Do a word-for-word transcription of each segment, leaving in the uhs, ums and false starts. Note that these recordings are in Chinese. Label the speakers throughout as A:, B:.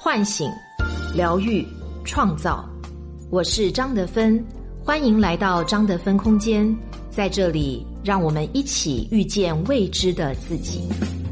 A: 唤醒、疗愈、创造。我是张德芬，欢迎来到张德芬空间，在这里让我们一起遇见未知的自己。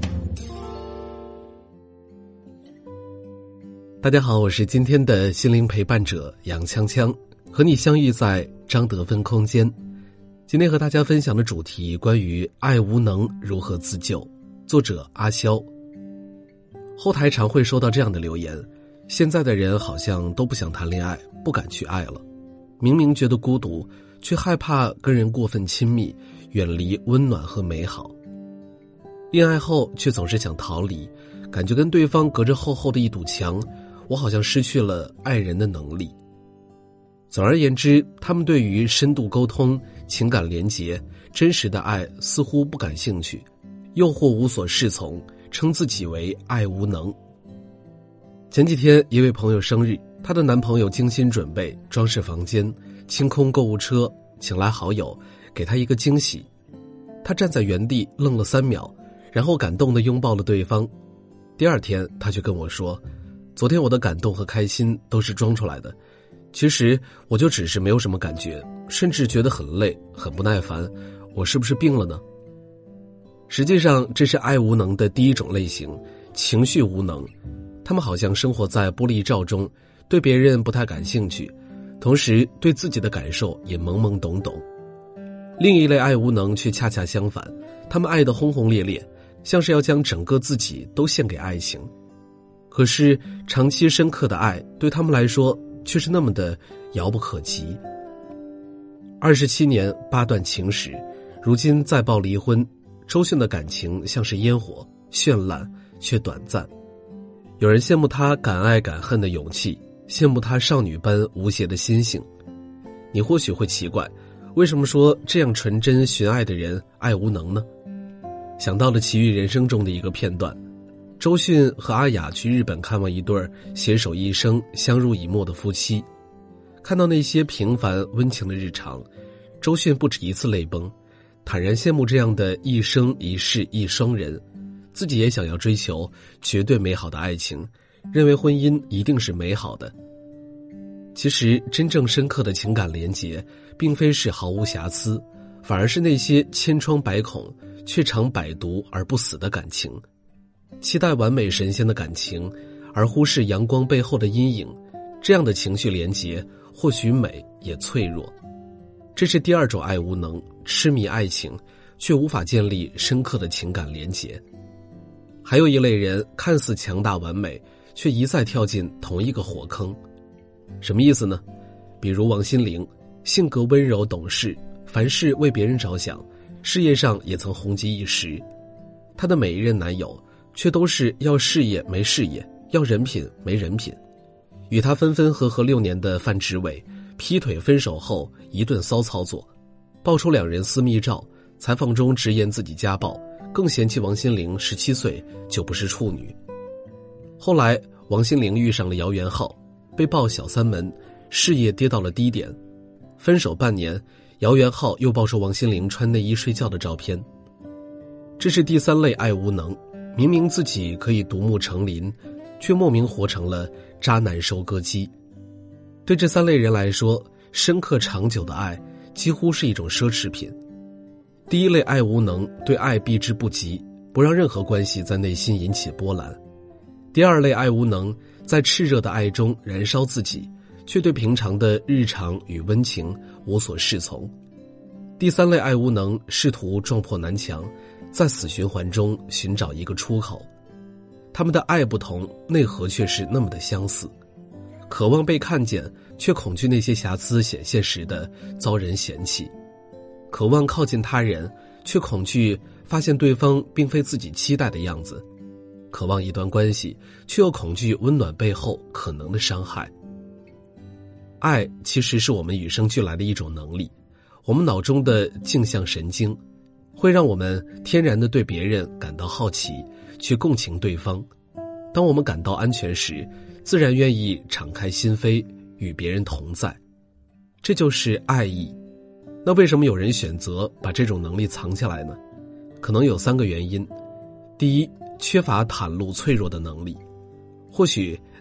B: 大家好，我是今天的心灵陪伴者杨锵锵，和你相遇在张德芬空间。今天和大家分享的主题关于爱无能如何自救，作者阿肖。后台常会收到这样的留言，现在的人好像都不想谈恋爱，不敢去爱了，明明觉得孤独，却害怕跟人过分亲密，远离温暖和美好。恋爱后却总是想逃离，感觉跟对方隔着厚厚的一堵墙，我好像失去了爱人的能力。总而言之，他们对于深度沟通、情感连结、真实的爱似乎不感兴趣，诱惑无所适从，称自己为爱无能。前几天一位朋友生日，她的男朋友精心准备装饰房间，清空购物车，请来好友给她一个惊喜。她站在原地愣了三秒，然后感动地拥抱了对方。第二天她却跟我说，昨天我的感动和开心都是装出来的，其实我就只是没有什么感觉，甚至觉得很累很不耐烦，我是不是病了呢？实际上这是爱无能的第一种类型，情绪无能。他们好像生活在玻璃罩中，对别人不太感兴趣，同时对自己的感受也懵懵懂懂。另一类爱无能却恰恰相反，他们爱得轰轰烈烈，像是要将整个自己都献给爱情。可是长期深刻的爱对他们来说却是那么的遥不可及。二十七年八段情史，如今再报离婚，周迅的感情像是烟火，绚烂却短暂。有人羡慕她敢爱敢恨的勇气，羡慕她少女般无邪的心性。你或许会奇怪，为什么说这样纯真寻爱的人爱无能呢？想到了《奇遇人生》中的一个片段，周迅和阿雅去日本看望一对携手一生相濡以沫的夫妻，看到那些平凡温情的日常，周迅不止一次泪崩，坦然羡慕这样的一生一世一双人，自己也想要追求绝对美好的爱情，认为婚姻一定是美好的。其实真正深刻的情感连结并非是毫无瑕疵，反而是那些千疮百孔却常百毒而不死的感情。期待完美神仙的感情，而忽视阳光背后的阴影，这样的情绪连结或许美也脆弱。这是第二种爱无能，痴迷爱情却无法建立深刻的情感连结。还有一类人看似强大完美，却一再跳进同一个火坑。什么意思呢？比如王心凌，性格温柔懂事，凡事为别人着想，事业上也曾红极一时。她的每一任男友却都是要事业没事业，要人品没人品。与她分分合合六年的范植伟，劈腿分手后一顿骚操作，爆出两人私密照，采访中直言自己家暴，更嫌弃王心凌十七岁就不是处女。后来王心凌遇上了姚元浩，被曝小三门，事业跌到了低点。分手半年，姚元浩又爆出王心凌穿内衣睡觉的照片。这是第三类爱无能，明明自己可以独木成林，却莫名活成了渣男收割机。对这三类人来说，深刻长久的爱几乎是一种奢侈品。第一类爱无能，对爱避之不及，不让任何关系在内心引起波澜。第二类爱无能，在炽热的爱中燃烧自己，却对平常的日常与温情无所适从。第三类爱无能，试图撞破南墙，在死循环中寻找一个出口。他们的爱不同，内核却是那么的相似，渴望被看见，却恐惧那些瑕疵显现时的遭人嫌弃；渴望靠近他人，却恐惧发现对方并非自己期待的样子；渴望一段关系，却又恐惧温暖背后可能的伤害。爱其实是我们与生俱来的一种能力，我们脑中的镜像神经会让我们天然地对别人感到好奇，去共情对方。当我们感到安全时，自然愿意敞开心扉与别人同在，这就是爱意。那为什么有人选择把这种能力藏起来呢？可能有三个原因。第一，缺乏袒露脆弱的能力。或许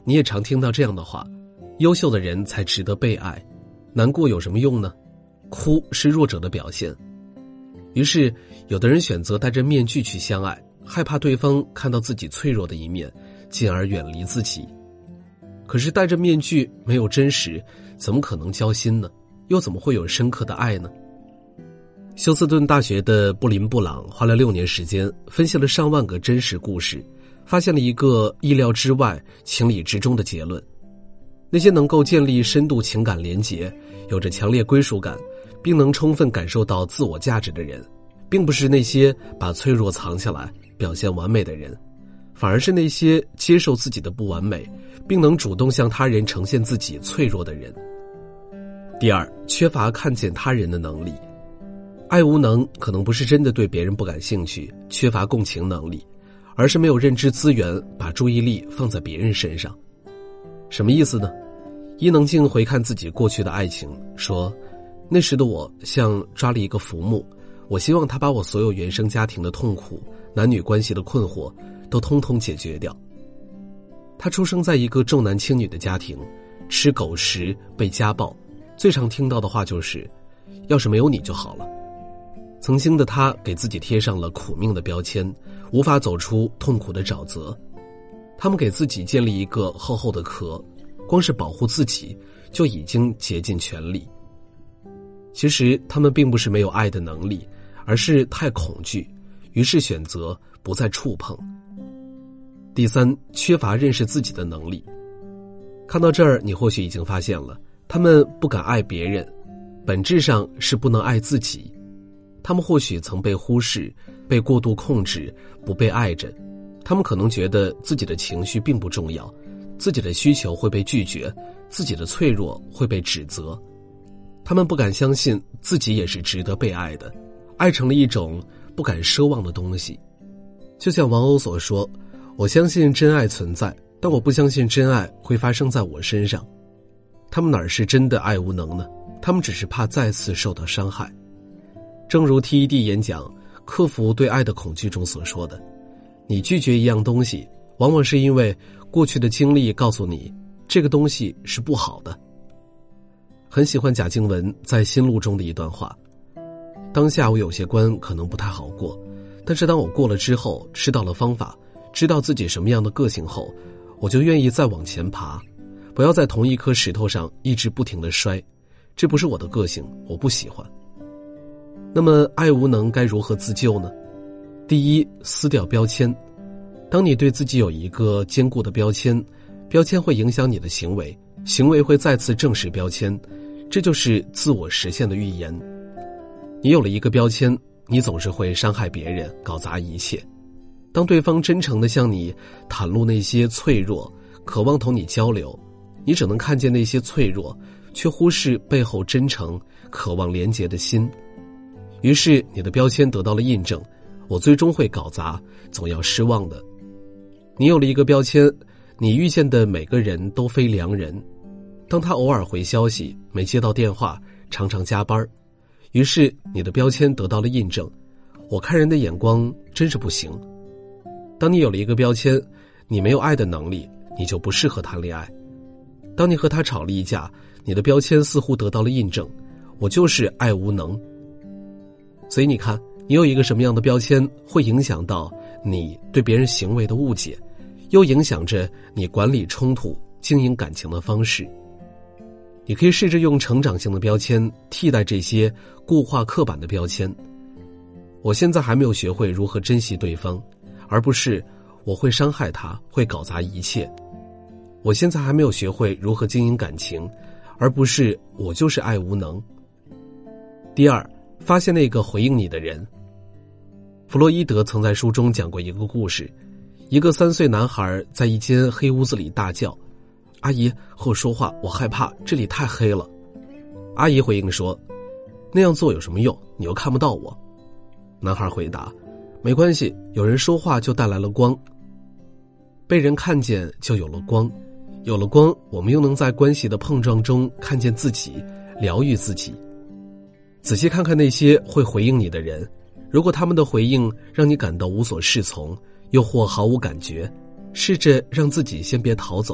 B: 你也常听到这样的话，优秀的人才值得被爱，难过有什么用呢？哭是弱者的表现。于是有的人选择戴着面具去相爱，害怕对方看到自己脆弱的一面，进而远离自己。可是戴着面具没有真实，怎么可能交心呢？又怎么会有深刻的爱呢？休斯顿大学的布林布朗花了六年时间，分析了上万个真实故事，发现了一个意料之外、情理之中的结论：那些能够建立深度情感连结、有着强烈归属感，并能充分感受到自我价值的人，并不是那些把脆弱藏起来、表现完美的人，反而是那些接受自己的不完美，并能主动向他人呈现自己脆弱的人。第二，缺乏看见他人的能力。爱无能可能不是真的对别人不感兴趣，缺乏共情能力，而是没有认知资源，把注意力放在别人身上。什么意思呢？伊能静回看自己过去的爱情，说，那时的我像抓了一个浮木，我希望他把我所有原生家庭的痛苦、男女关系的困惑都通通解决掉。他出生在一个重男轻女的家庭，吃狗食，被家暴，最常听到的话就是要是没有你就好了。曾经的他给自己贴上了苦命的标签，无法走出痛苦的沼泽。他们给自己建立一个厚厚的壳，光是保护自己就已经竭尽全力。其实他们并不是没有爱的能力，而是太恐惧，于是选择不再触碰。第三，缺乏认识自己的能力。看到这儿，你或许已经发现了，他们不敢爱别人，本质上是不能爱自己。他们或许曾被忽视，被过度控制，不被爱着。他们可能觉得自己的情绪并不重要，自己的需求会被拒绝，自己的脆弱会被指责。他们不敢相信自己也是值得被爱的，爱成了一种不敢奢望的东西。就像王鸥所说，我相信真爱存在，但我不相信真爱会发生在我身上。他们哪是真的爱无能呢？他们只是怕再次受到伤害。正如 T E D 演讲《克服对爱的恐惧》中所说的，你拒绝一样东西，往往是因为过去的经历告诉你这个东西是不好的。很喜欢贾静雯在心路中的一段话，当下我有些关可能不太好过，但是当我过了之后，知道了方法，知道自己什么样的个性后，我就愿意再往前爬，不要在同一颗石头上一直不停地摔，这不是我的个性，我不喜欢。那么爱无能该如何自救呢？第一，撕掉标签。当你对自己有一个坚固的标签，标签会影响你的行为，行为会再次证实标签，这就是自我实现的预言。你有了一个标签，你总是会伤害别人，搞砸一切。当对方真诚地向你袒露那些脆弱，渴望同你交流，你只能看见那些脆弱，却忽视背后真诚、渴望连结的心。于是你的标签得到了印证，我最终会搞砸，总要失望的。你有了一个标签，你遇见的每个人都非良人。当他偶尔回消息，没接到电话，常常加班，于是你的标签得到了印证，我看人的眼光真是不行。当你有了一个标签，你没有爱的能力，你就不适合谈恋爱。当你和他吵了一架，你的标签似乎得到了印证，我就是爱无能。所以你看，你有一个什么样的标签，会影响到你对别人行为的误解，又影响着你管理冲突、经营感情的方式。你可以试着用成长性的标签替代这些固化刻板的标签。我现在还没有学会如何珍惜对方，而不是我会伤害他，会搞砸一切。我现在还没有学会如何经营感情，而不是我就是爱无能。第二，发现那个回应你的人。弗洛伊德曾在书中讲过一个故事，一个三岁男孩在一间黑屋子里大叫，阿姨和我说话，我害怕，这里太黑了。阿姨回应说，那样做有什么用，你又看不到我。男孩回答，没关系，有人说话就带来了光，被人看见就有了光，有了光，我们又能在关系的碰撞中看见自己，疗愈自己。仔细看看那些会回应你的人，如果他们的回应让你感到无所适从，又或毫无感觉，试着让自己先别逃走，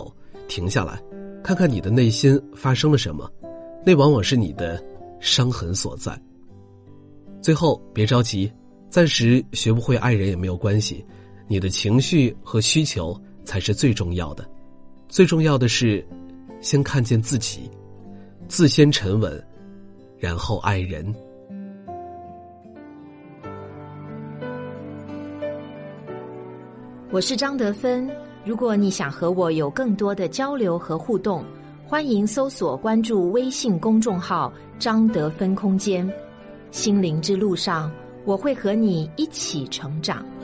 B: 停下来，看看你的内心发生了什么，那往往是你的伤痕所在。最后，别着急，暂时学不会爱人也没有关系，你的情绪和需求才是最重要的。最重要的是，先看见自己，自先沉稳，然后爱人。
A: 我是张德芬，如果你想和我有更多的交流和互动，欢迎搜索关注微信公众号张德芬空间。心灵之路上，我会和你一起成长。